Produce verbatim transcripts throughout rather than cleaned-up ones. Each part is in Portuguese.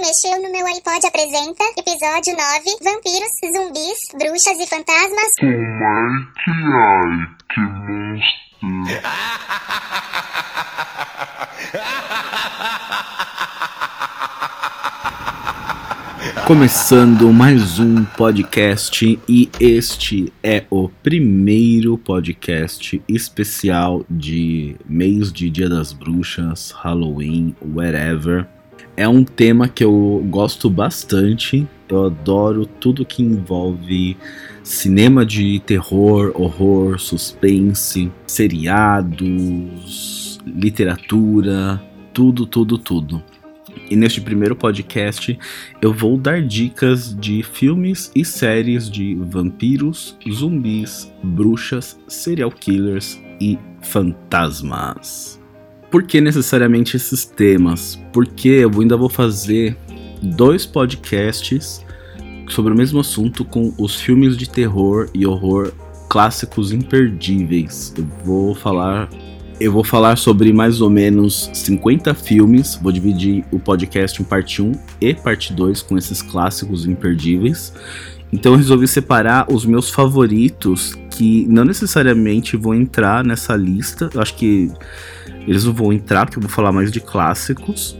mexeu no meu iPod apresenta episódio nove, vampiros, zumbis, bruxas e fantasmas. Como é que ai, que monstro. Começando mais um podcast, e este é o primeiro podcast especial de mês de Dia das Bruxas, Halloween, whatever. É um tema que eu gosto bastante, eu adoro tudo que envolve cinema de terror, horror, suspense, seriados, literatura, tudo, tudo, tudo. E neste primeiro podcast eu vou dar dicas de filmes e séries de vampiros, zumbis, bruxas, serial killers e fantasmas. Por que necessariamente esses temas? Porque eu ainda vou fazer dois podcasts sobre o mesmo assunto com os filmes de terror e horror clássicos imperdíveis. Eu vou falar... Eu vou falar sobre mais ou menos cinquenta filmes, vou dividir o podcast em parte um e parte dois com esses clássicos imperdíveis. Então eu resolvi separar os meus favoritos, que não necessariamente vão entrar nessa lista. Eu acho que eles não vão entrar, porque eu vou falar mais de clássicos.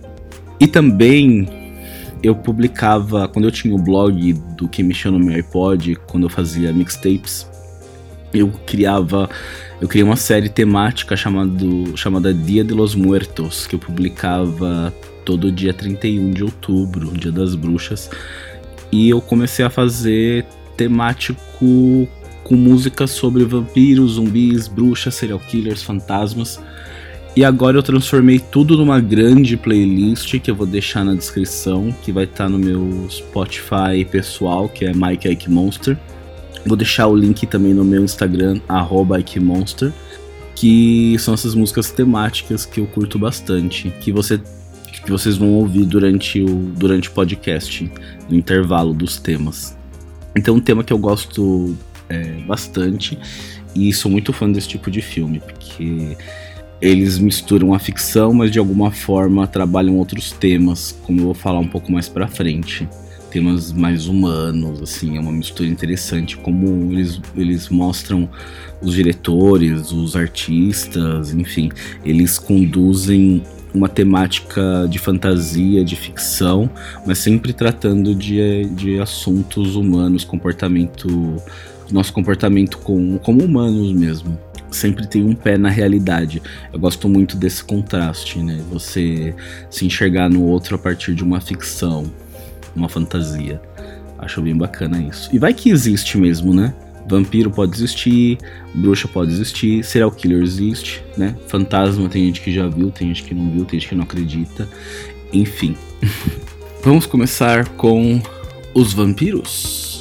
E também eu publicava, quando eu tinha o blog do Que Mexeu no Meu iPod, quando eu fazia mixtapes, eu criava... Eu criei uma série temática chamado, chamada Dia de los Muertos, que eu publicava todo dia trinta e um de outubro, Dia das Bruxas. E eu comecei a fazer temático com músicas sobre vampiros, zumbis, bruxas, serial killers, fantasmas. E agora eu transformei tudo numa grande playlist que eu vou deixar na descrição, que vai estar no meu Spotify pessoal, que é Mike Ike Monster. Vou deixar o link também no meu Instagram, arroba Ike Monster, que são essas músicas temáticas que eu curto bastante, que, você, que vocês vão ouvir durante o, durante o podcast, no intervalo dos temas. Então, um tema que eu gosto é, bastante, e sou muito fã desse tipo de filme, porque eles misturam a ficção, mas de alguma forma trabalham outros temas, como eu vou falar um pouco mais pra frente. Temas mais humanos, assim, é uma mistura interessante, como eles, eles mostram os diretores, os artistas, enfim, eles conduzem uma temática de fantasia, de ficção, mas sempre tratando de, de assuntos humanos, comportamento, nosso comportamento com, como humanos mesmo. Sempre tem um pé na realidade. Eu gosto muito desse contraste, né? Você se enxergar no outro a partir de uma ficção, uma fantasia. Acho bem bacana isso. E vai que existe mesmo, né? Vampiro pode existir, bruxa pode existir, serial killer existe, né? Fantasma tem gente que já viu, tem gente que não viu, tem gente que não acredita. Enfim. Vamos começar com os vampiros.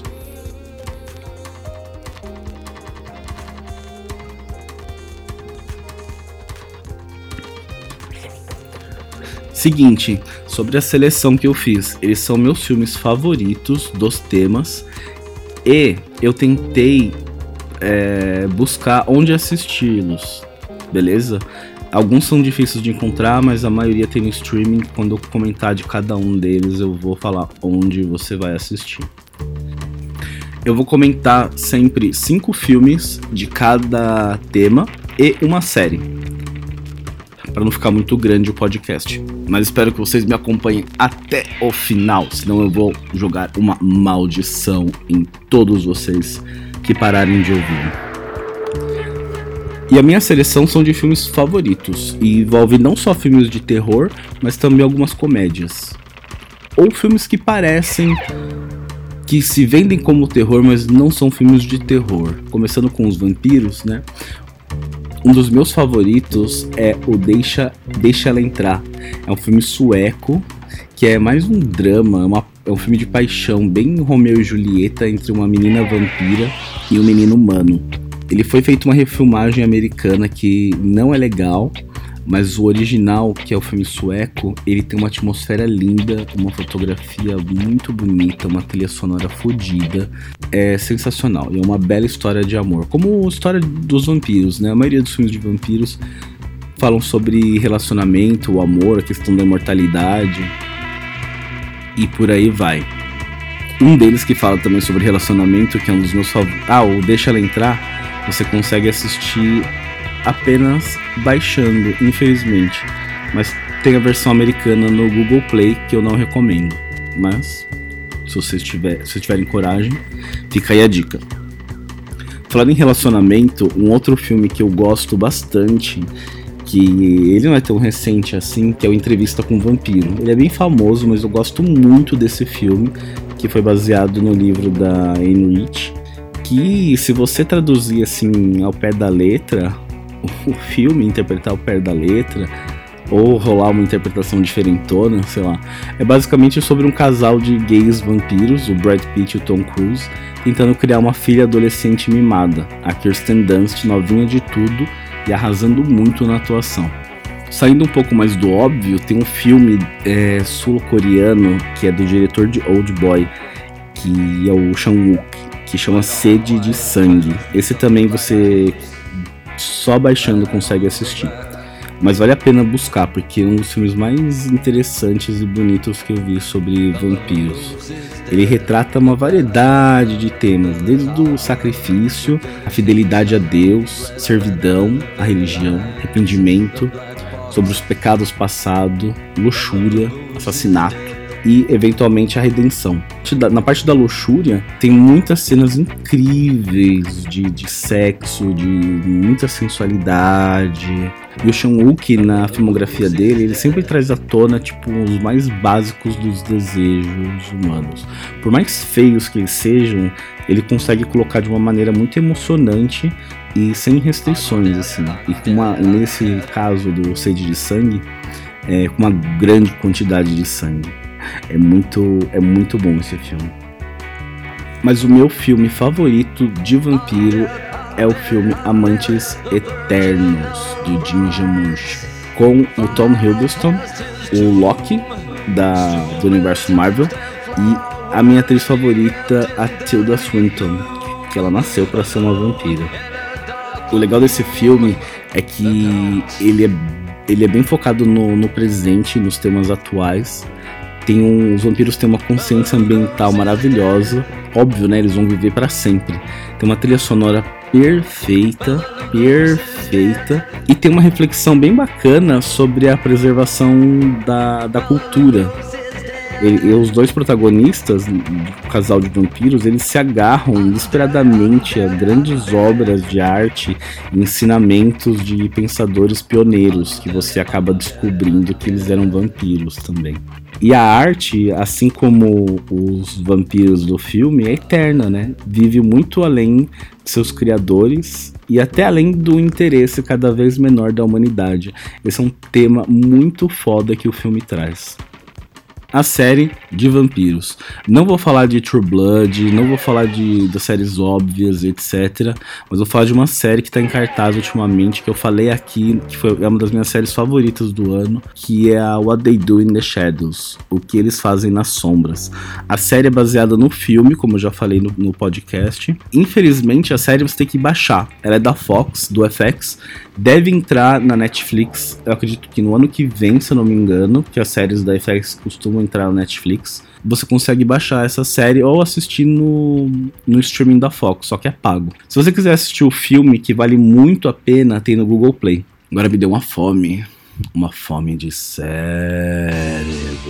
Seguinte, sobre a seleção que eu fiz, eles são meus filmes favoritos dos temas, e eu tentei é, buscar onde assisti-los, beleza? Alguns são difíceis de encontrar, mas a maioria tem no streaming. Quando eu comentar de cada um deles, eu vou falar onde você vai assistir. Eu vou comentar sempre cinco filmes de cada tema e uma série, para não ficar muito grande o podcast. Mas espero que vocês me acompanhem até o final, senão eu vou jogar uma maldição em todos vocês que pararem de ouvir. E a minha seleção são de filmes favoritos, e envolve não só filmes de terror, mas também algumas comédias. Ou filmes que parecem que se vendem como terror, mas não são filmes de terror. Começando com os vampiros, né? Um dos meus favoritos é o Deixa, Deixa Ela Entrar. É um filme sueco, que é mais um drama, é, uma, é um filme de paixão, bem Romeu e Julieta, entre uma menina vampira e um menino humano. Ele foi feito uma refilmagem americana que não é legal, mas o original, que é o filme sueco, ele tem uma atmosfera linda, uma fotografia muito bonita, uma trilha sonora fodida. É sensacional, e é uma bela história de amor, como a história dos vampiros, né? A maioria dos filmes de vampiros falam sobre relacionamento, o amor, a questão da imortalidade. e por aí vai. Um deles que fala também sobre relacionamento, que é um dos meus favoritos. Ah, o Deixa Ela Entrar, você consegue assistir apenas baixando, infelizmente. Mas tem a versão americana no Google Play, que eu não recomendo. Mas, se vocês tiver, se tiverem coragem, fica aí a dica. Falando em relacionamento, um outro filme que eu gosto bastante, que ele não é tão recente assim, que é o Entrevista com o Vampiro. Ele é bem famoso, mas eu gosto muito desse filme, que foi baseado no livro da Anne Rich, que se você traduzir assim ao pé da letra, o filme, interpretar ao pé da letra, ou rolar uma interpretação diferentona, sei lá, é basicamente sobre um casal de gays vampiros, o Brad Pitt e o Tom Cruise, tentando criar uma filha adolescente mimada, a Kirsten Dunst, novinha de tudo e arrasando muito na atuação. Saindo um pouco mais do óbvio, tem um filme é, sul-coreano que é do diretor de Old Boy, que é o Chan-wook, que chama Sede de Sangue. Esse também você só baixando consegue assistir. Mas vale a pena buscar, porque é um dos filmes mais interessantes e bonitos que eu vi sobre vampiros. Ele retrata uma variedade de temas, desde o sacrifício, a fidelidade a Deus, servidão, a religião, arrependimento, sobre os pecados passados, luxúria, assassinato e, eventualmente, a redenção. Na parte da luxúria, tem muitas cenas incríveis de, de sexo, de muita sensualidade. E o Chan-wook, na filmografia dele, ele sempre traz à tona tipo, os mais básicos dos desejos humanos. Por mais feios que eles sejam, ele consegue colocar de uma maneira muito emocionante e sem restrições, assim. E com uma, nesse caso do Sede de Sangue, é, com uma grande quantidade de sangue. É muito, é muito bom esse filme. Mas o meu filme favorito de vampiro é o filme Amantes Eternos, do Jim Jarmusch, com o Tom Hiddleston, o Loki da, do universo Marvel, e a minha atriz favorita, a Tilda Swinton, que ela nasceu para ser uma vampira. O legal desse filme é que ele é, ele é bem focado no, no presente, nos temas atuais. Tem um, os vampiros têm uma consciência ambiental maravilhosa. Óbvio, né? Eles vão viver para sempre. Tem uma trilha sonora perfeita, perfeita. E tem uma reflexão bem bacana sobre a preservação da, da cultura. Ele, os dois protagonistas do casal de vampiros, eles se agarram desesperadamente a grandes obras de arte e ensinamentos de pensadores pioneiros, que você acaba descobrindo que eles eram vampiros também. E a arte, assim como os vampiros do filme, é eterna, né? Vive muito além de seus criadores e até além do interesse cada vez menor da humanidade. Esse é um tema muito foda que o filme traz. A série de vampiros. Não vou falar de True Blood, não vou falar de, de séries óbvias, etcétera. Mas vou falar de uma série que está em cartaz ultimamente, que eu falei aqui, que foi, é uma das minhas séries favoritas do ano, que é a What They Do in the Shadows, o que eles fazem nas sombras. A série é baseada no filme, como eu já falei no, no podcast. Infelizmente, a série você tem que baixar. Ela é da Fox, do F X. Deve entrar na Netflix, eu acredito que no ano que vem, se eu não me engano, que as séries da F X costumam entrar na Netflix. Você consegue baixar essa série ou assistir no, no streaming da Fox, só que é pago. Se você quiser assistir o filme, que vale muito a pena, tem no Google Play. Agora me deu uma fome, uma fome de cérebro.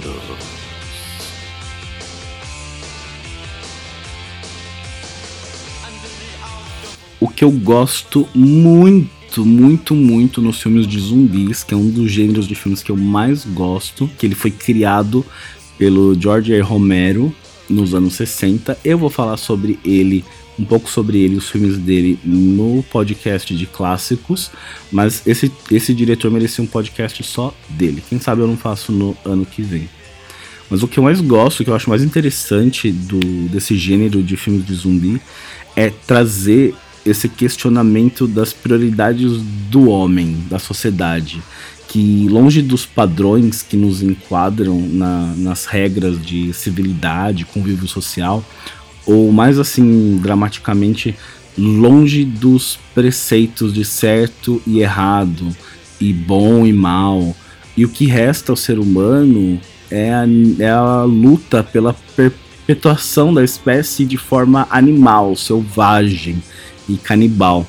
O que eu gosto muito Muito, muito, muito nos filmes de zumbis, que é um dos gêneros de filmes que eu mais gosto, que ele foi criado pelo George R. Romero nos anos sessenta. Eu vou falar sobre ele, um pouco sobre ele, os filmes dele, no podcast de clássicos, mas esse, esse diretor merecia um podcast só dele. Quem sabe eu não faço no ano que vem. Mas o que eu mais gosto, o que eu acho mais interessante do, desse gênero de filmes de zumbi, é trazer esse questionamento das prioridades do homem, da sociedade, que longe dos padrões que nos enquadram na, nas regras de civilidade, convívio social, ou mais assim, dramaticamente, longe dos preceitos de certo e errado, e bom e mal, e o que resta ao ser humano é a, é a luta pela perpetuação da espécie de forma animal, selvagem e canibal.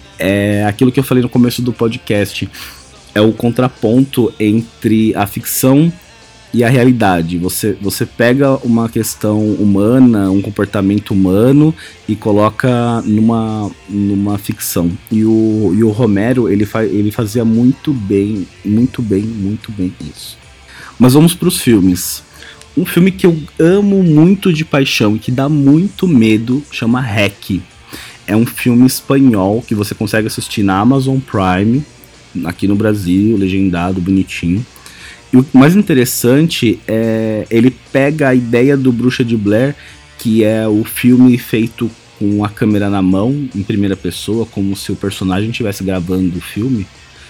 É aquilo que eu falei no começo do podcast, é o contraponto entre a ficção e a realidade. Você, você pega uma questão humana, um comportamento humano e coloca numa, numa ficção. E o, e o Romero, ele, fa, ele fazia muito bem, muito bem, muito bem isso. Mas vamos para os filmes. Um filme que eu amo muito de paixão e que dá muito medo chama REC. É um filme espanhol que você consegue assistir na Amazon Prime, aqui no Brasil, legendado, bonitinho. E o mais interessante é ele pega a ideia do Bruxa de Blair, que é o filme feito com a câmera na mão, em primeira pessoa, como se o personagem estivesse gravando o filme,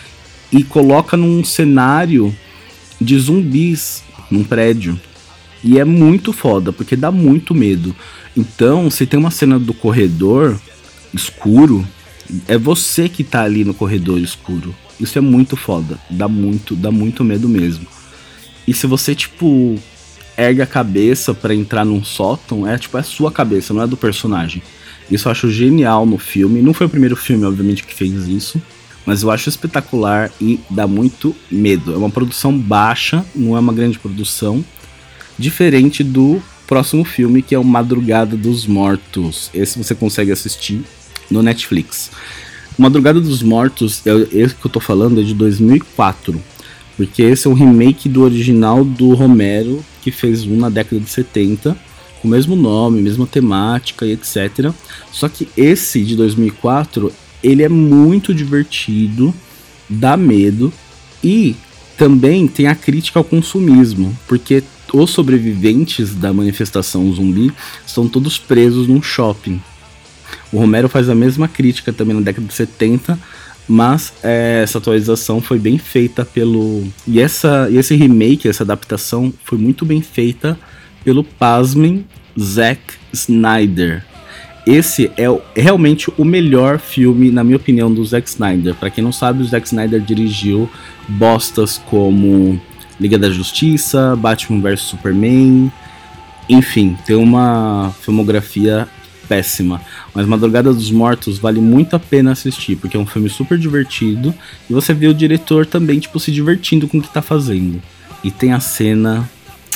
e coloca num cenário de zumbis, num prédio. E é muito foda, porque dá muito medo. Então, se tem uma cena do corredor escuro, é você que tá ali no corredor escuro. Isso é muito foda, dá muito, dá muito medo mesmo. E se você, tipo, ergue a cabeça pra entrar num sótão, é tipo, é a sua cabeça, não é do personagem. Isso eu acho genial no filme. Não foi o primeiro filme, obviamente, que fez isso, mas eu acho espetacular e dá muito medo. É uma produção baixa, não é uma grande produção, diferente do próximo filme, que é o Madrugada dos Mortos. Esse você consegue assistir no Netflix. Madrugada dos Mortos, esse que eu tô falando é de dois mil e quatro, porque esse é um remake do original do Romero, que fez um na década de setenta, com o mesmo nome, mesma temática e etcétera. Só que esse de dois mil e quatro, ele é muito divertido, dá medo e também tem a crítica ao consumismo, porque os sobreviventes da manifestação zumbi estão todos presos num shopping. O Romero faz a mesma crítica também na década de setenta, mas é, essa atualização foi bem feita pelo... E, essa, e esse remake, essa adaptação, foi muito bem feita pelo, pasmem, Zack Snyder. Esse é o, realmente o melhor filme, na minha opinião, do Zack Snyder. Pra quem não sabe, o Zack Snyder dirigiu bostas como Liga da Justiça, Batman versus Superman, enfim, tem uma filmografia péssima, mas Madrugada dos Mortos vale muito a pena assistir, porque é um filme super divertido e você vê o diretor também, tipo, se divertindo com o que tá fazendo. E tem a cena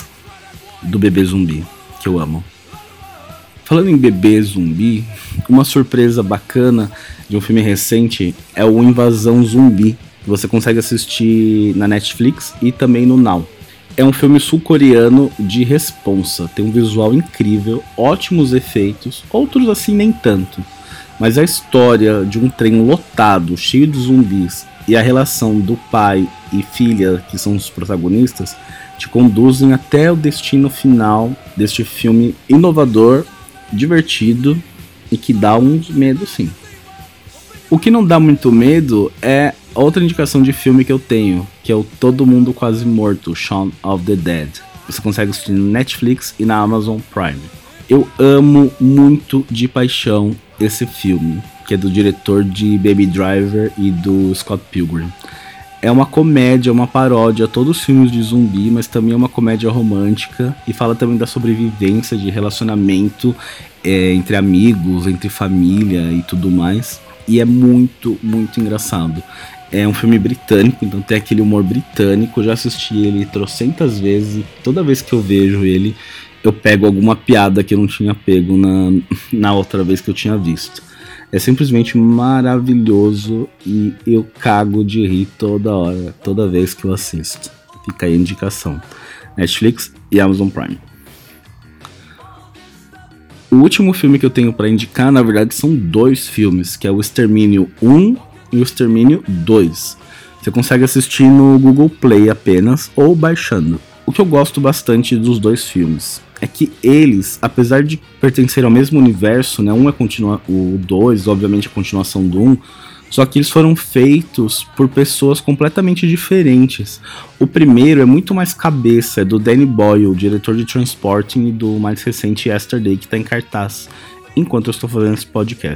do bebê zumbi, que eu amo. Falando em bebê zumbi, uma surpresa bacana de um filme recente é o Invasão Zumbi, que você consegue assistir na Netflix e também no Now. É um filme sul-coreano de responsa, tem um visual incrível, ótimos efeitos, outros assim nem tanto. Mas a história de um trem lotado, cheio de zumbis, e a relação do pai e filha, que são os protagonistas, te conduzem até o destino final deste filme inovador, divertido e que dá uns medo sim. O que não dá muito medo é outra indicação de filme que eu tenho, que é o Todo Mundo Quase Morto, Shaun of the Dead. Você consegue assistir no Netflix e na Amazon Prime. Eu amo muito de paixão esse filme, que é do diretor de Baby Driver e do Scott Pilgrim. É uma comédia, uma paródia a todos os filmes de zumbi, mas também é uma comédia romântica e fala também da sobrevivência, de relacionamento é, entre amigos, entre família e tudo mais. E é muito, muito engraçado. É um filme britânico, então tem aquele humor britânico. Eu já assisti ele trocentas vezes e toda vez que eu vejo ele, eu pego alguma piada que eu não tinha pego na, na outra vez que eu tinha visto. É simplesmente maravilhoso e eu cago de rir toda hora, toda vez que eu assisto. Fica aí a indicação. Netflix e Amazon Prime. O último filme que eu tenho pra indicar, na verdade, são dois filmes, que é o Extermínio um e o Extermínio dois. Você consegue assistir no Google Play apenas, ou baixando. O que eu gosto bastante dos dois filmes é que eles, apesar de pertencer ao mesmo universo, né, um é continua- o dois, obviamente, é a continuação do um, só que eles foram feitos por pessoas completamente diferentes. O primeiro é muito mais cabeça, é do Danny Boyle, o diretor de Transporting e do mais recente Yesterday, que está em cartaz, enquanto eu estou fazendo esse podcast.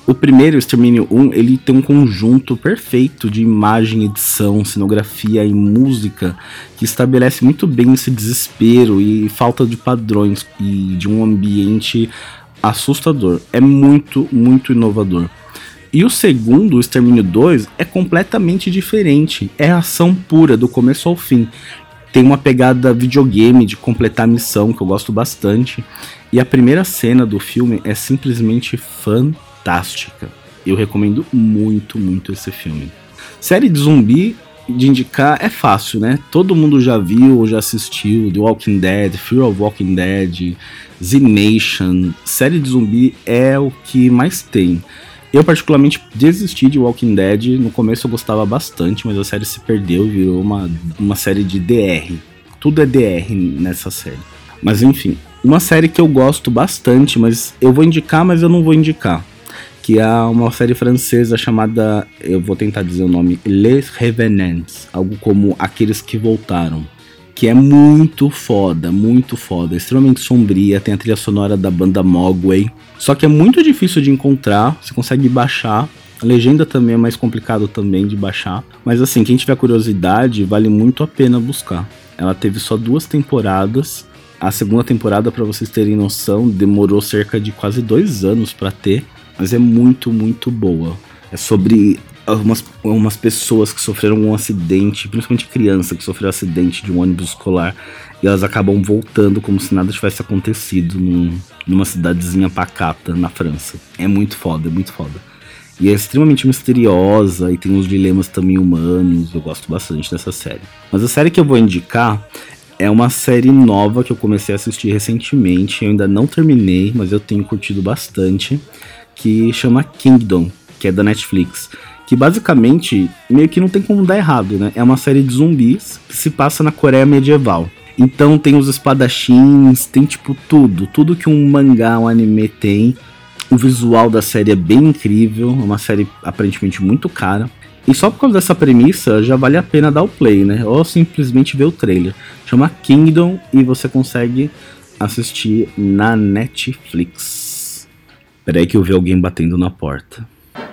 O primeiro, Extermínio um, ele tem um conjunto perfeito de imagem, edição, cenografia e música que estabelece muito bem esse desespero e falta de padrões e de um ambiente assustador. É muito, muito inovador. E o segundo, o Extermínio dois, é completamente diferente. É ação pura, do começo ao fim. Tem uma pegada videogame de completar a missão, que eu gosto bastante. E a primeira cena do filme é simplesmente fantástica. Fantástica. Eu recomendo muito, muito esse filme. Série de zumbi de indicar é fácil, né? Todo mundo já viu ou já assistiu The Walking Dead, Fear of Walking Dead, Z Nation. Série de zumbi é o que mais tem. Eu particularmente desisti de Walking Dead. No começo eu gostava bastante, mas a série se perdeu e virou uma, uma série de D R. Tudo é D R nessa série. Mas enfim, uma série que eu gosto bastante, mas eu vou indicar, mas eu não vou indicar. Que é uma série francesa chamada, eu vou tentar dizer o nome, Les Revenants, algo como Aqueles que Voltaram, que é muito foda, muito foda, extremamente sombria, tem a trilha sonora da banda Mogwai, só que é muito difícil de encontrar, você consegue baixar, a legenda também é mais complicado também de baixar, mas assim, quem tiver curiosidade, vale muito a pena buscar. Ela teve só duas temporadas, a segunda temporada, pra vocês terem noção, demorou cerca de quase dois anos pra ter, mas é muito, muito boa. É sobre umas, umas pessoas que sofreram um acidente, principalmente criança que sofreu um acidente de um ônibus escolar, e elas acabam voltando como se nada tivesse acontecido num, numa cidadezinha pacata na França. É muito foda, é muito foda. E é extremamente misteriosa e tem uns dilemas também humanos, eu gosto bastante dessa série. Mas a série que eu vou indicar é uma série nova que eu comecei a assistir recentemente, eu ainda não terminei, mas eu tenho curtido bastante, que chama Kingdom, que é da Netflix, que basicamente meio que não tem como dar errado, né? É uma série de zumbis que se passa na Coreia medieval. Então tem os espadachins, tem tipo tudo, tudo que um mangá, um anime tem. O visual da série é bem incrível, é uma série aparentemente muito cara. E só por causa dessa premissa já vale a pena dar o play, né? Ou simplesmente ver o trailer. Chama Kingdom e você consegue assistir na Netflix. Peraí que eu vi alguém batendo na porta.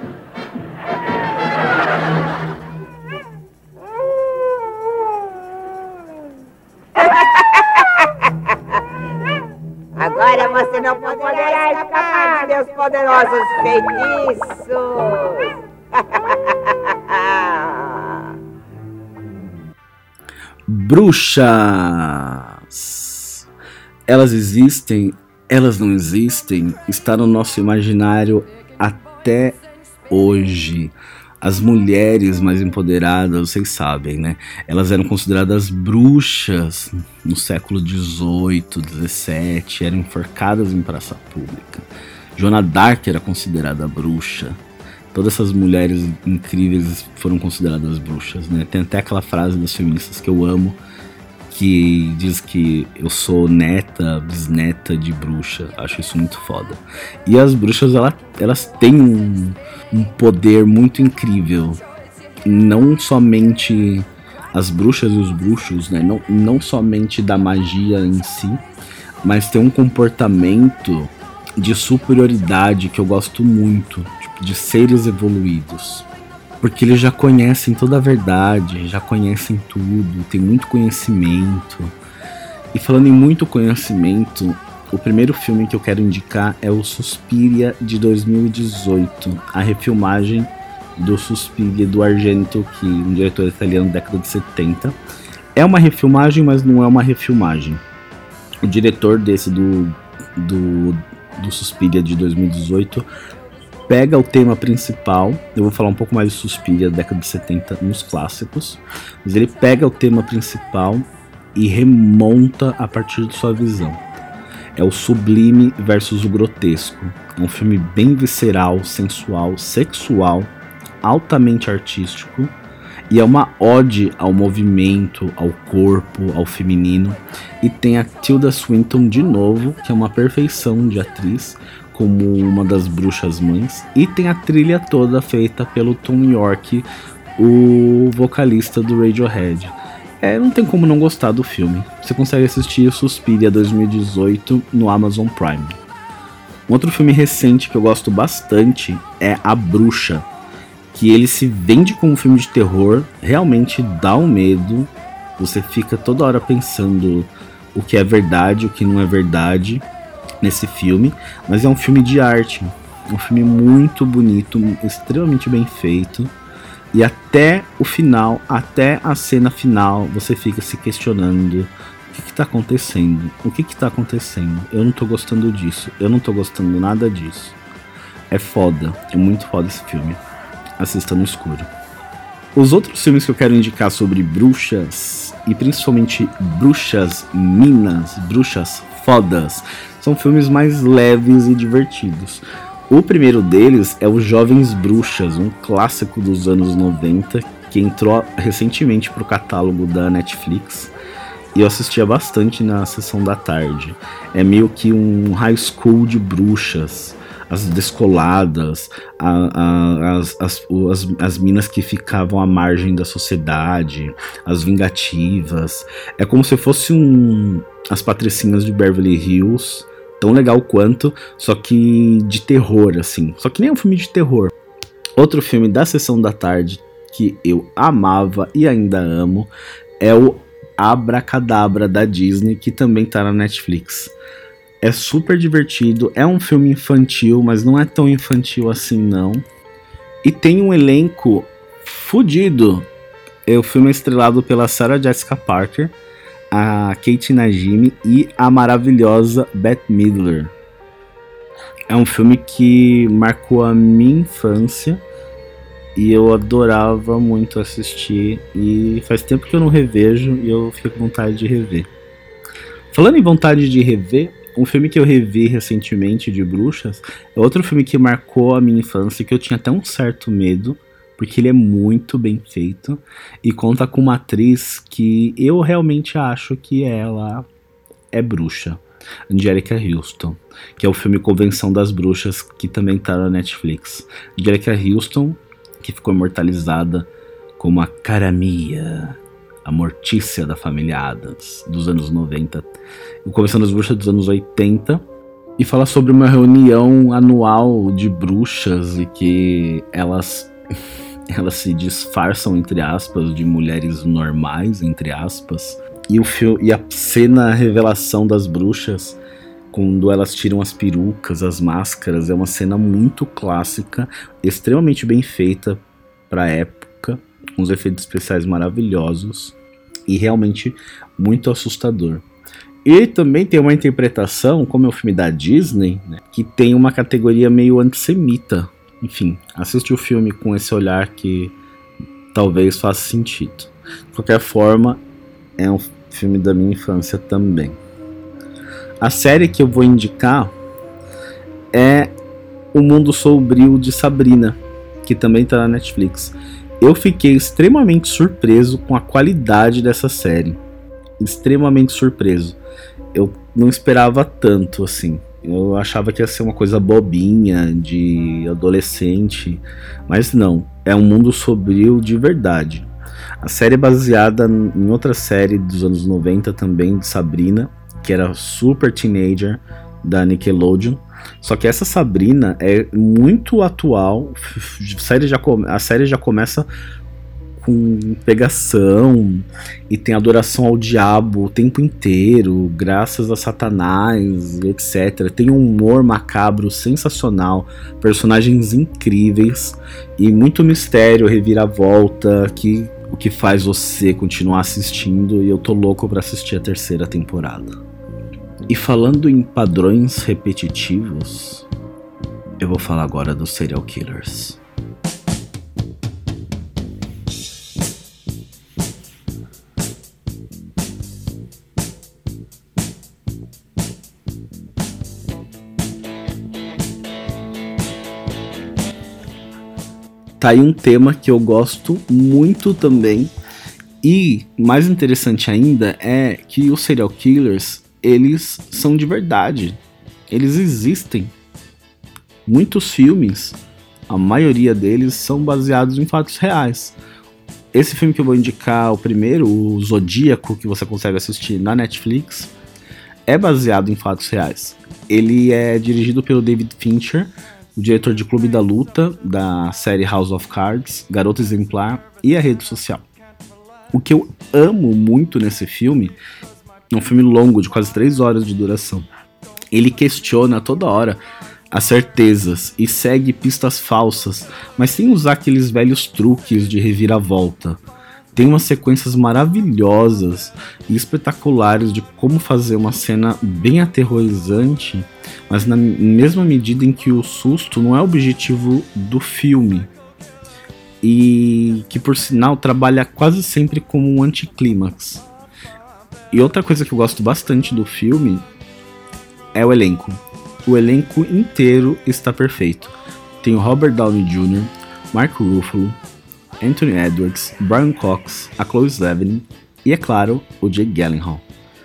Agora você não poderá escapar de meus poderosos feitiços. Bruxas. Elas existem, elas não existem, está no nosso imaginário até hoje. As mulheres mais empoderadas, vocês sabem, né? Elas eram consideradas bruxas no século dezoito, dezessete, eram enforcadas em praça pública. Joana d'Arc era considerada bruxa. Todas essas mulheres incríveis foram consideradas bruxas, né? Tem até aquela frase das feministas que eu amo, que diz que eu sou neta, bisneta de bruxa. Acho isso muito foda. E as bruxas, ela, elas têm um, um poder muito incrível. Não somente as bruxas e os bruxos, né? Não, não somente da magia em si, mas tem um comportamento de superioridade que eu gosto muito, tipo, de seres evoluídos. Porque eles já conhecem toda a verdade, já conhecem tudo, tem muito conhecimento. E falando em muito conhecimento, o primeiro filme que eu quero indicar é o Suspiria de dois mil e dezoito, a refilmagem do Suspiria do Argento, que é um diretor italiano da década de setenta. É uma refilmagem, mas não é uma refilmagem. O diretor desse do, do, do Suspiria de dois mil e dezoito pega o tema principal, eu vou falar um pouco mais de Suspiria da década de setenta nos clássicos, mas ele pega o tema principal e remonta a partir de sua visão. É o sublime versus o grotesco. É um filme bem visceral, sensual, sexual, altamente artístico, e é uma ode ao movimento, ao corpo, ao feminino. E tem a Tilda Swinton de novo, que é uma perfeição de atriz, como uma das bruxas mães, e tem a trilha toda feita pelo Tom York, o vocalista do Radiohead. É, não tem como não gostar do filme. Você consegue assistir Suspiria dois mil e dezoito no Amazon Prime. Um outro filme recente que eu gosto bastante é A Bruxa, que ele se vende como um filme de terror, realmente dá um medo, você fica toda hora pensando o que é verdade, o que não é verdade nesse filme, mas é um filme de arte, um filme muito bonito, extremamente bem feito, e até o final, até a cena final, você fica se questionando o que que tá acontecendo, o que que tá acontecendo, eu não tô gostando disso, eu não tô gostando nada disso. É foda, é muito foda esse filme. Assista no escuro. Os outros filmes que eu quero indicar sobre bruxas, e principalmente bruxas minas, bruxas fodas, são filmes mais leves e divertidos. O primeiro deles é o Jovens Bruxas, um clássico dos anos noventa, que entrou recentemente para o catálogo da Netflix, e eu assistia bastante na sessão da tarde. É meio que um high school de bruxas, as descoladas, a, a, as, as, as, as minas que ficavam à margem da sociedade, as vingativas. É como se fosse um As Patricinhas de Beverly Hills, tão legal quanto, só que de terror, assim. Só que nem um filme de terror. Outro filme da sessão da tarde que eu amava e ainda amo é o Abracadabra da Disney, que também tá na Netflix. É super divertido, é um filme infantil, mas não é tão infantil assim não. E tem um elenco fudido. O filme é estrelado pela Sarah Jessica Parker, a Kate Najimy e a maravilhosa Bette Midler. É um filme que marcou a minha infância e eu adorava muito assistir, e faz tempo que eu não revejo e eu fico com vontade de rever. Falando em vontade de rever, um filme que eu revi recentemente de bruxas é outro filme que marcou a minha infância, que eu tinha até um certo medo, porque ele é muito bem feito e conta com uma atriz que eu realmente acho que ela é bruxa, Anjelica Huston, que é o filme Convenção das Bruxas, que também tá na Netflix. Anjelica Huston, que ficou imortalizada como a Caramia, a Mortícia da família Addams, dos anos noventa, o Convenção das Bruxas dos anos oitenta, e fala sobre uma reunião anual de bruxas e que elas, elas se disfarçam, entre aspas, de mulheres normais, entre aspas, e, o fio, e a cena a revelação das bruxas, quando elas tiram as perucas, as máscaras, é uma cena muito clássica, extremamente bem feita para a época, com os efeitos especiais maravilhosos e realmente muito assustador. E também tem uma interpretação, como é o filme da Disney, né, que tem uma categoria meio antissemita. Enfim, assiste o filme com esse olhar que talvez faça sentido. De qualquer forma, é um filme da minha infância também. A série que eu vou indicar é O Mundo Sombrio de Sabrina, que também está na Netflix. Eu fiquei extremamente surpreso com a qualidade dessa série. Extremamente surpreso. Eu não esperava tanto, assim. Eu achava que ia ser uma coisa bobinha, de adolescente. Mas não, é um mundo sombrio de verdade. A série é baseada em outra série dos anos noventa também, de Sabrina, que era Super Teenager, da Nickelodeon. Só que essa Sabrina é muito atual. A série já, come, a série já começa com pegação e tem adoração ao diabo o tempo inteiro, graças a Satanás, etcétera. Tem um humor macabro sensacional, personagens incríveis e muito mistério, reviravolta, que o que faz você continuar assistindo, e eu tô louco pra assistir a terceira temporada. E falando em padrões repetitivos, eu vou falar agora dos serial killers. Tá aí um tema que eu gosto muito também. E mais interessante ainda é que os serial killers, eles são de verdade. Eles existem. Muitos filmes, a maioria deles, são baseados em fatos reais. Esse filme que eu vou indicar, o primeiro, o Zodíaco, que você consegue assistir na Netflix, é baseado em fatos reais. Ele é dirigido pelo David Fincher, o diretor de Clube da Luta, da série House of Cards, Garota Exemplar e A Rede Social. O que eu amo muito nesse filme, é um filme longo, de quase três horas de duração. Ele questiona toda hora as certezas e segue pistas falsas, mas sem usar aqueles velhos truques de reviravolta. Tem umas sequências maravilhosas e espetaculares de como fazer uma cena bem aterrorizante, mas na mesma medida em que o susto não é o objetivo do filme. E que, por sinal, trabalha quase sempre como um anticlímax. E outra coisa que eu gosto bastante do filme é o elenco. O elenco inteiro está perfeito. Tem o Robert Downey Júnior, Mark Ruffalo, Anthony Edwards, Brian Cox, a Chloe Sevigny e, é claro, o Jake Gyllenhaal.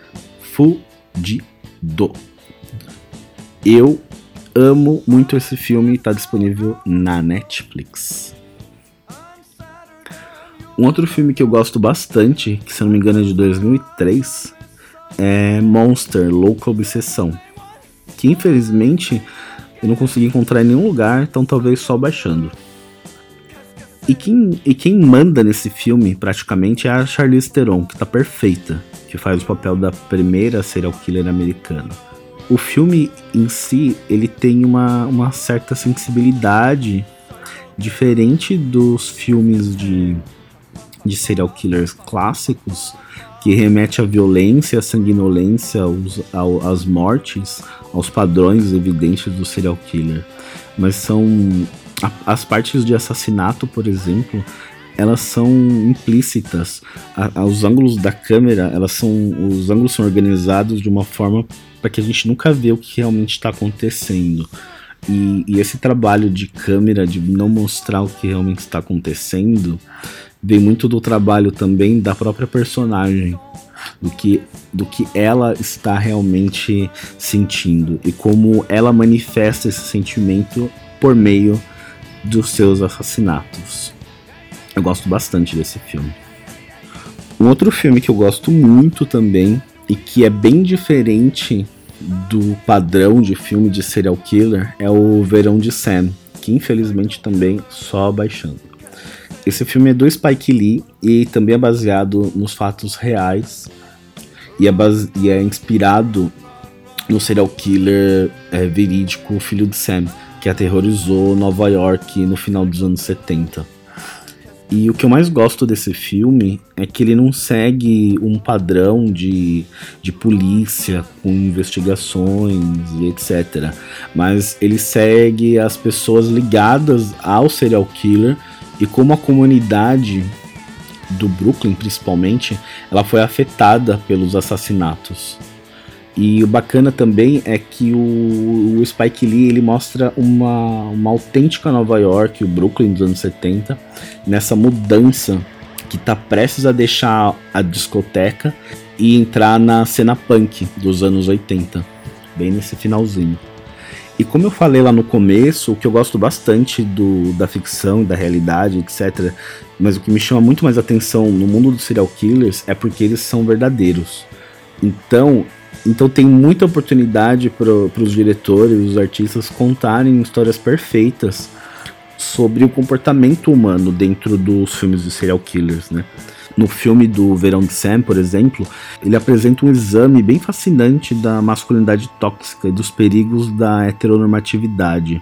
Fudido. Eu amo muito esse filme e está disponível na Netflix. Um outro filme que eu gosto bastante, que se eu não me engano é de dois mil e três, é Monster, Louca Obsessão, que infelizmente eu não consegui encontrar em nenhum lugar, então talvez só baixando. E quem, e quem manda nesse filme praticamente é a Charlize Theron, que tá perfeita, que faz o papel da primeira serial killer americana. O filme em si, ele tem uma, uma certa sensibilidade diferente dos filmes de, de serial killers clássicos, que remete à violência, à sanguinolência, aos, ao, às mortes, aos padrões evidentes do serial killer. Mas são... A, as partes de assassinato, por exemplo, elas são implícitas. A, a, os ângulos da câmera, elas são, os ângulos são organizados de uma forma para que a gente nunca vê o que realmente está acontecendo. E, e esse trabalho de câmera, de não mostrar o que realmente está acontecendo, vem muito do trabalho também da própria personagem, do que, do que ela está realmente sentindo e como ela manifesta esse sentimento por meio dos seus assassinatos. Eu gosto bastante desse filme. Um outro filme que eu gosto muito também e que é bem diferente do padrão de filme de serial killer é o Verão de Sam, que infelizmente também só baixando. Esse filme é do Spike Lee e também é baseado nos fatos reais e é, base- e é inspirado no serial killer é, verídico Filho de Sam, que aterrorizou Nova York no final dos anos setenta. E o que eu mais gosto desse filme é que ele não segue um padrão de, de polícia com investigações e etcétera. Mas ele segue as pessoas ligadas ao serial killer e como a comunidade do Brooklyn, principalmente, ela foi afetada pelos assassinatos. E o bacana também é que o, o Spike Lee ele mostra uma, uma autêntica Nova York, o Brooklyn dos anos setenta, nessa mudança que está prestes a deixar a discoteca e entrar na cena punk dos anos oitenta, bem nesse finalzinho. E como eu falei lá no começo, o que eu gosto bastante do, da ficção e da realidade, etcétera, mas o que me chama muito mais atenção no mundo dos serial killers é porque eles são verdadeiros. Então... Então tem muita oportunidade para os diretores, os artistas contarem histórias perfeitas sobre o comportamento humano dentro dos filmes de serial killers, né? No filme do Verão de Sam, por exemplo, ele apresenta um exame bem fascinante da masculinidade tóxica e dos perigos da heteronormatividade.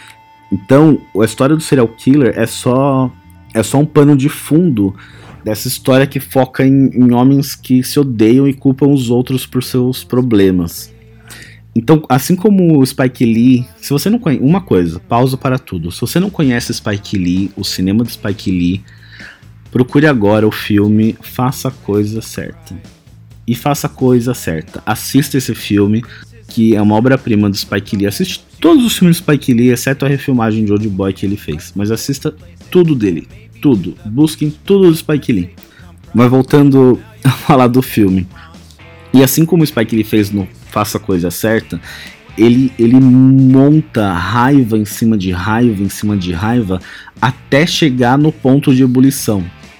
Então, a história do serial killer é só, é só um pano de fundo dessa história que foca em, em homens que se odeiam e culpam os outros por seus problemas. Então, assim como o Spike Lee, se você não conhece, uma coisa, pausa para tudo. Se você não conhece Spike Lee, o cinema do Spike Lee, procure agora o filme Faça a Coisa Certa. E faça a coisa certa. Assista esse filme, que é uma obra-prima do Spike Lee. Assiste todos os filmes do Spike Lee, exceto a refilmagem de Old Boy que ele fez. Mas assista tudo dele. Tudo, busquem tudo do Spike Lee. Mas voltando a falar do filme, e assim como o Spike Lee fez no Faça a Coisa Certa, ele, ele monta raiva em cima de raiva, em cima de raiva, até chegar no ponto de ebulição,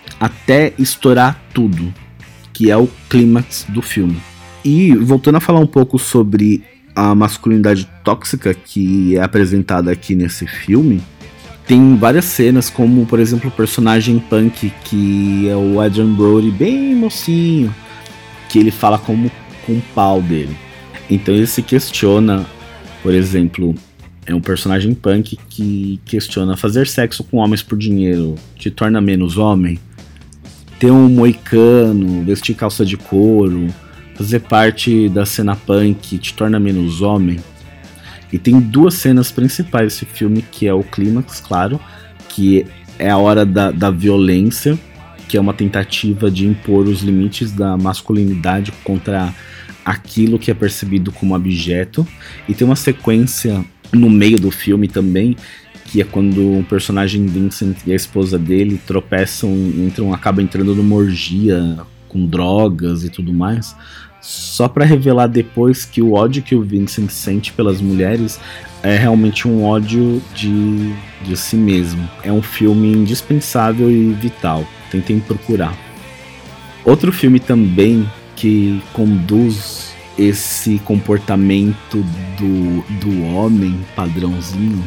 até estourar tudo, que é o clímax do filme. E voltando a falar um pouco sobre a masculinidade tóxica que é apresentada aqui nesse filme, tem várias cenas, como por exemplo o personagem Punk, que é o Adrian Brody, bem mocinho, que ele fala como com o pau dele. Então ele se questiona, por exemplo, é um personagem Punk que questiona: fazer sexo com homens por dinheiro te torna menos homem? Ter um moicano, vestir calça de couro, fazer parte da cena punk te torna menos homem? E tem duas cenas principais desse filme, que é o clímax, claro, que é a hora da, da violência, que é uma tentativa de impor os limites da masculinidade contra aquilo que é percebido como objeto. E tem uma sequência no meio do filme também, que é quando o personagem Vincent e a esposa dele tropeçam, entram, acabam entrando numa orgia com drogas e tudo mais, só para revelar depois que o ódio que o Vincent sente pelas mulheres é realmente um ódio de, de si mesmo. É um filme indispensável e vital, tentem procurar. Outro filme também que conduz esse comportamento do, do homem padrãozinho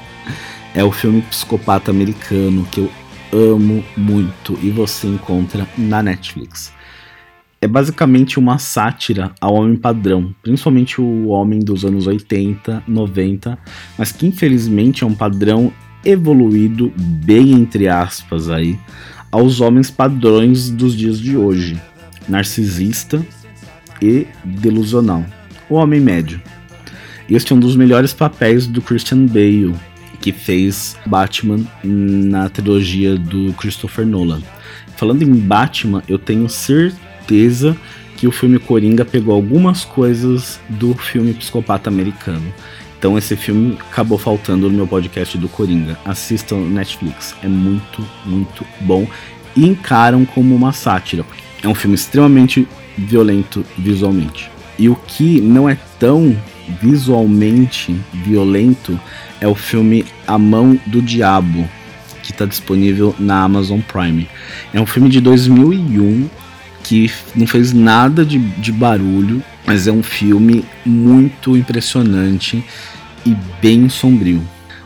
é o filme Psicopata Americano, que eu amo muito e você encontra na Netflix. É basicamente uma sátira ao homem padrão, principalmente o homem dos anos oitenta, noventa, mas que infelizmente é um padrão evoluído, bem entre aspas aí, aos homens padrões dos dias de hoje: narcisista e delusional, o homem médio. Este é um dos melhores papéis do Christian Bale, que fez Batman na trilogia do Christopher Nolan. Falando em Batman, eu tenho certeza que o filme Coringa pegou algumas coisas do filme Psicopata Americano. Então esse filme acabou faltando no meu podcast do Coringa. Assistam no Netflix, é muito, muito bom. E encaram como uma sátira. É um filme extremamente violento visualmente. E o que não é tão visualmente violento é o filme A Mão do Diabo, que está disponível na Amazon Prime. É um filme de dois mil e um que não fez nada de, de barulho, mas é um filme muito impressionante e bem sombrio.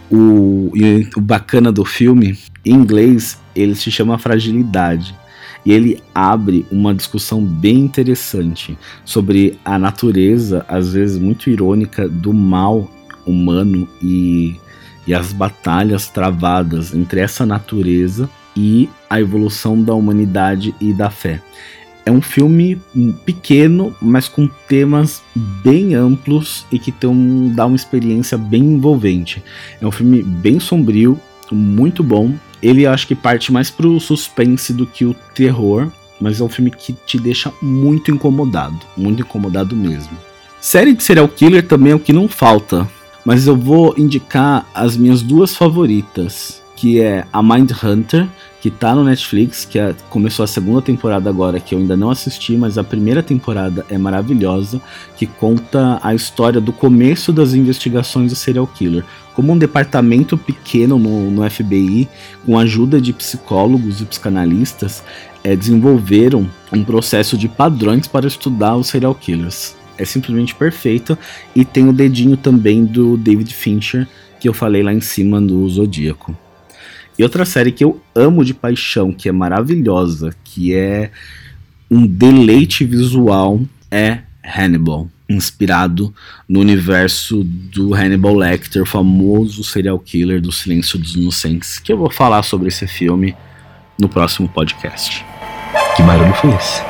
O, e o bacana do filme, em inglês, ele se chama Fragilidade. E ele abre uma discussão bem interessante sobre a natureza, às vezes muito irônica, do mal humano e, e as batalhas travadas entre essa natureza e a evolução da humanidade e da fé. É um filme pequeno, mas com temas bem amplos e que tem, dá uma experiência bem envolvente. É um filme bem sombrio, muito bom. Ele acho que parte mais pro suspense do que o terror, mas é um filme que te deixa muito incomodado, muito incomodado mesmo. Série de serial killer também é o que não falta, mas eu vou indicar as minhas duas favoritas, que é a Mindhunter, que tá no Netflix, que é, começou a segunda temporada agora, que eu ainda não assisti, mas a primeira temporada é maravilhosa, que conta a história do começo das investigações do serial killer. Como um departamento pequeno no, no F B I, com a ajuda de psicólogos e psicanalistas, é, desenvolveram um processo de padrões para estudar os serial killers. É simplesmente perfeito, e tem o dedinho também do David Fincher, que eu falei lá em cima do Zodíaco. E outra série que eu amo de paixão, que é maravilhosa, que é um deleite visual, é Hannibal, inspirado no universo do Hannibal Lecter, famoso serial killer do Silêncio dos Inocentes, que eu vou falar sobre esse filme no próximo podcast. Que barulho foi esse?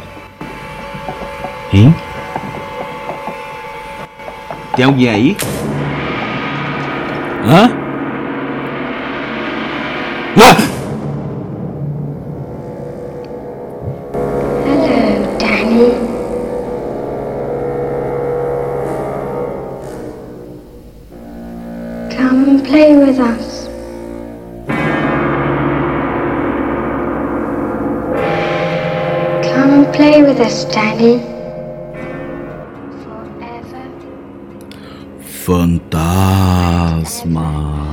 Hein? Tem alguém aí? Hã? Ah! Hello, Danny. Come and play with us. Come and play with us, Danny. Forever. Fantasma.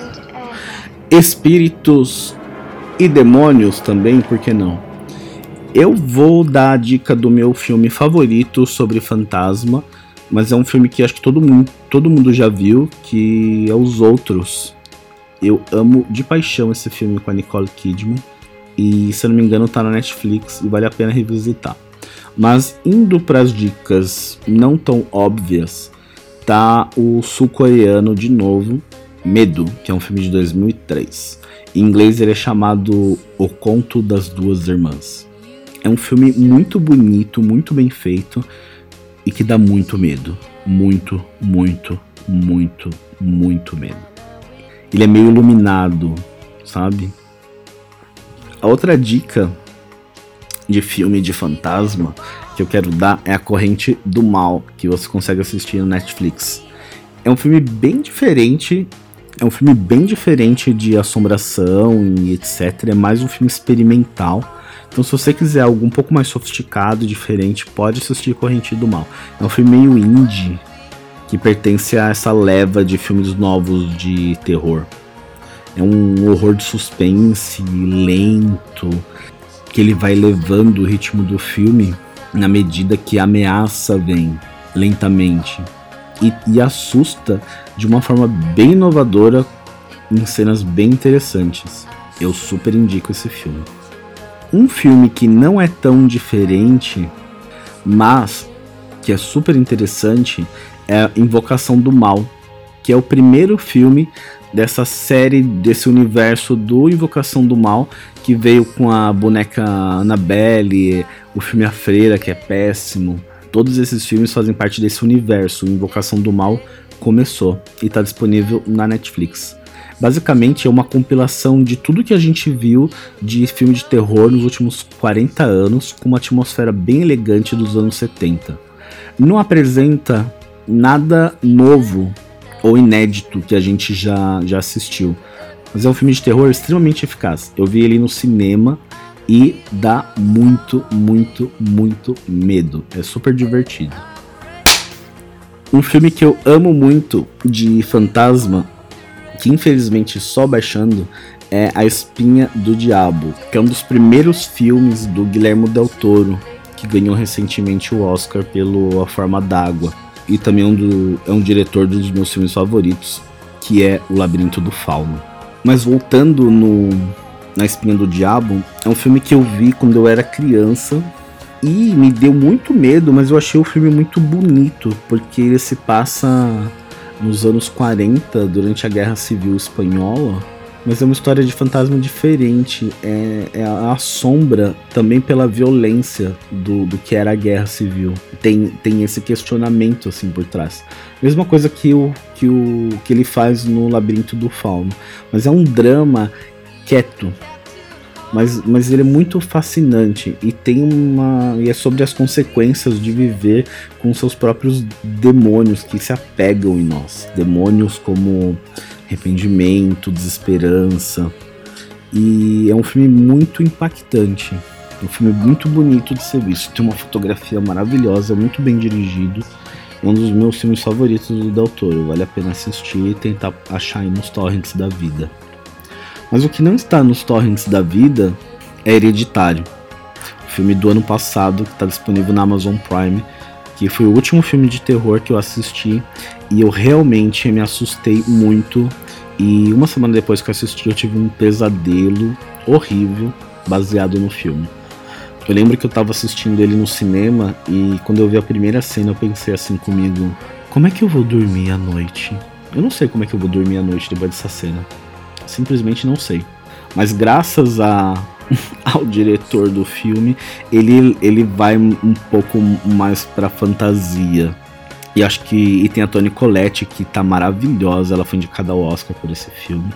Espíritos e demônios também, por que não? Eu vou dar a dica do meu filme favorito sobre fantasma, mas é um filme que acho que todo mundo, todo mundo já viu, que é Os Outros. Eu amo de paixão esse filme com a Nicole Kidman, e se eu não me engano tá na Netflix e vale a pena revisitar. Mas indo para as dicas não tão óbvias, tá o sul-coreano de novo, Medo, que é um filme de dois mil e três. Em inglês ele é chamado O Conto das Duas Irmãs. É um filme muito bonito, muito bem feito e que dá muito medo. Muito, muito, muito, muito medo. Ele é meio iluminado, sabe? A outra dica de filme de fantasma que eu quero dar é A Corrente do Mal, que você consegue assistir no Netflix. É um filme bem diferente, é um filme bem diferente de assombração e etcétera. É mais um filme experimental. Então se você quiser algo um pouco mais sofisticado e diferente, pode assistir Corrente do Mal. É um filme meio indie, que pertence a essa leva de filmes novos de terror. É um horror de suspense, lento, que ele vai levando o ritmo do filme na medida que a ameaça vem lentamente. E, e assusta de uma forma bem inovadora, em cenas bem interessantes. Eu super indico esse filme. Um filme que não é tão diferente, mas que é super interessante, é Invocação do Mal, que é o primeiro filme dessa série, desse universo do Invocação do Mal, que veio com a boneca Annabelle, o filme A Freira, que é péssimo. Todos esses filmes fazem parte desse universo. O Invocação do Mal começou e está disponível na Netflix. Basicamente é uma compilação de tudo que a gente viu de filme de terror nos últimos quarenta anos, com uma atmosfera bem elegante dos anos setenta. Não apresenta nada novo ou inédito que a gente já, já assistiu, mas é um filme de terror extremamente eficaz. Eu vi ele no cinema e dá muito, muito, muito medo. É super divertido. Um filme que eu amo muito de fantasma, que infelizmente só baixando, é A Espinha do Diabo, que é um dos primeiros filmes do Guillermo del Toro, que ganhou recentemente o Oscar pelo A Forma d'Água. E também é um, do, é um diretor dos meus filmes favoritos, que é O Labirinto do Fauno. Mas voltando no, na Espinha do Diabo, é um filme que eu vi quando eu era criança e me deu muito medo, mas eu achei o filme muito bonito, porque ele se passa nos anos quarenta, durante a Guerra Civil Espanhola, mas é uma história de fantasma diferente, é, é a sombra também pela violência do, do que era a Guerra Civil. Tem, tem esse questionamento assim por trás. Mesma coisa que, o, que, o, que ele faz no Labirinto do Fauno, mas é um drama quieto, mas, mas ele é muito fascinante e tem uma e é sobre as consequências de viver com seus próprios demônios que se apegam em nós. Demônios como arrependimento, desesperança. E é um filme muito impactante, é um filme muito bonito de ser visto, tem uma fotografia maravilhosa, muito bem dirigido. É um dos meus filmes favoritos do Del Toro, vale a pena assistir e tentar achar aí nos torrents da vida. Mas o que não está nos torrents da vida é Hereditário, o filme do ano passado que está disponível na Amazon Prime, que foi o último filme de terror que eu assisti e eu realmente me assustei muito. E uma semana depois que eu assisti eu tive um pesadelo horrível baseado no filme. Eu lembro que eu estava assistindo ele no cinema e quando eu vi a primeira cena eu pensei assim comigo: como é que eu vou dormir à noite? Eu não sei como é que eu vou dormir à noite depois dessa cena. Simplesmente não sei. Mas graças a, ao diretor do filme, ele, ele vai um pouco mais pra fantasia. E acho que e tem a Toni Collette, que tá maravilhosa. Ela foi indicada ao Oscar por esse filme.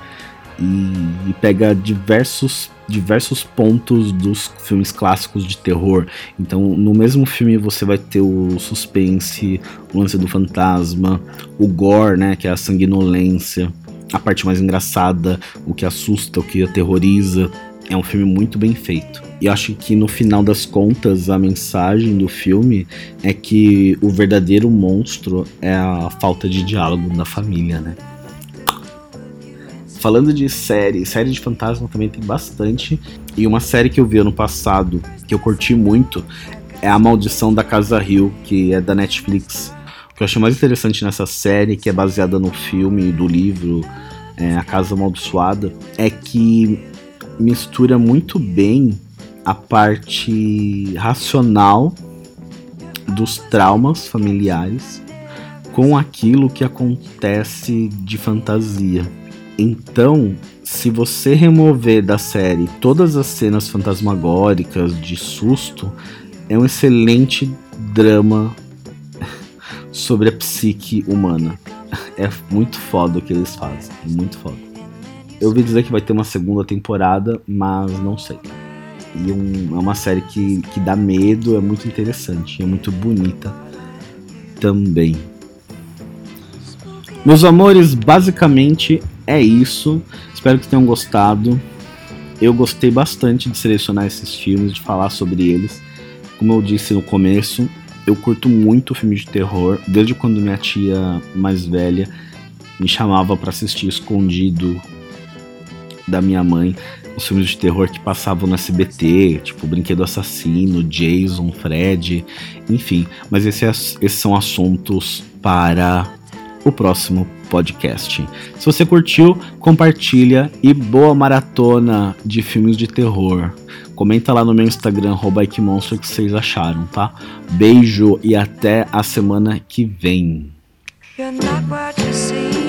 E, e pega diversos, diversos pontos dos filmes clássicos de terror. Então no mesmo filme você vai ter o suspense, o lance do fantasma, o gore, né, que é a sanguinolência, a parte mais engraçada, o que assusta, o que aterroriza. É um filme muito bem feito. E acho que no final das contas a mensagem do filme é que o verdadeiro monstro é a falta de diálogo na família, né? Falando de série, série de fantasma também tem bastante. E uma série que eu vi ano passado, que eu curti muito, é A Maldição da Casa Hill, que é da Netflix. O que eu achei mais interessante nessa série, que é baseada no filme do livro é, A Casa Amaldiçoada, é que mistura muito bem a parte racional dos traumas familiares com aquilo que acontece de fantasia. Então, se você remover da série todas as cenas fantasmagóricas de susto, é um excelente drama sobre a psique humana. É muito foda o que eles fazem, é muito foda. Eu ouvi dizer que vai ter uma segunda temporada, mas não sei. E um, é uma série que, que dá medo, é muito interessante, é muito bonita também. Meus amores, basicamente é isso. Espero que tenham gostado. Eu gostei bastante de selecionar esses filmes, de falar sobre eles. Como eu disse no começo, eu curto muito filme de terror. Desde quando minha tia mais velha me chamava para assistir escondido da minha mãe os filmes de terror que passavam no S B T, tipo Brinquedo Assassino, Jason, Fred, enfim. Mas esse, esses são assuntos para o próximo podcast. Se você curtiu, compartilha e boa maratona de filmes de terror. Comenta lá no meu Instagram, arroba ikemonster, o que vocês acharam, tá? Beijo e até a semana que vem. You're not what you see.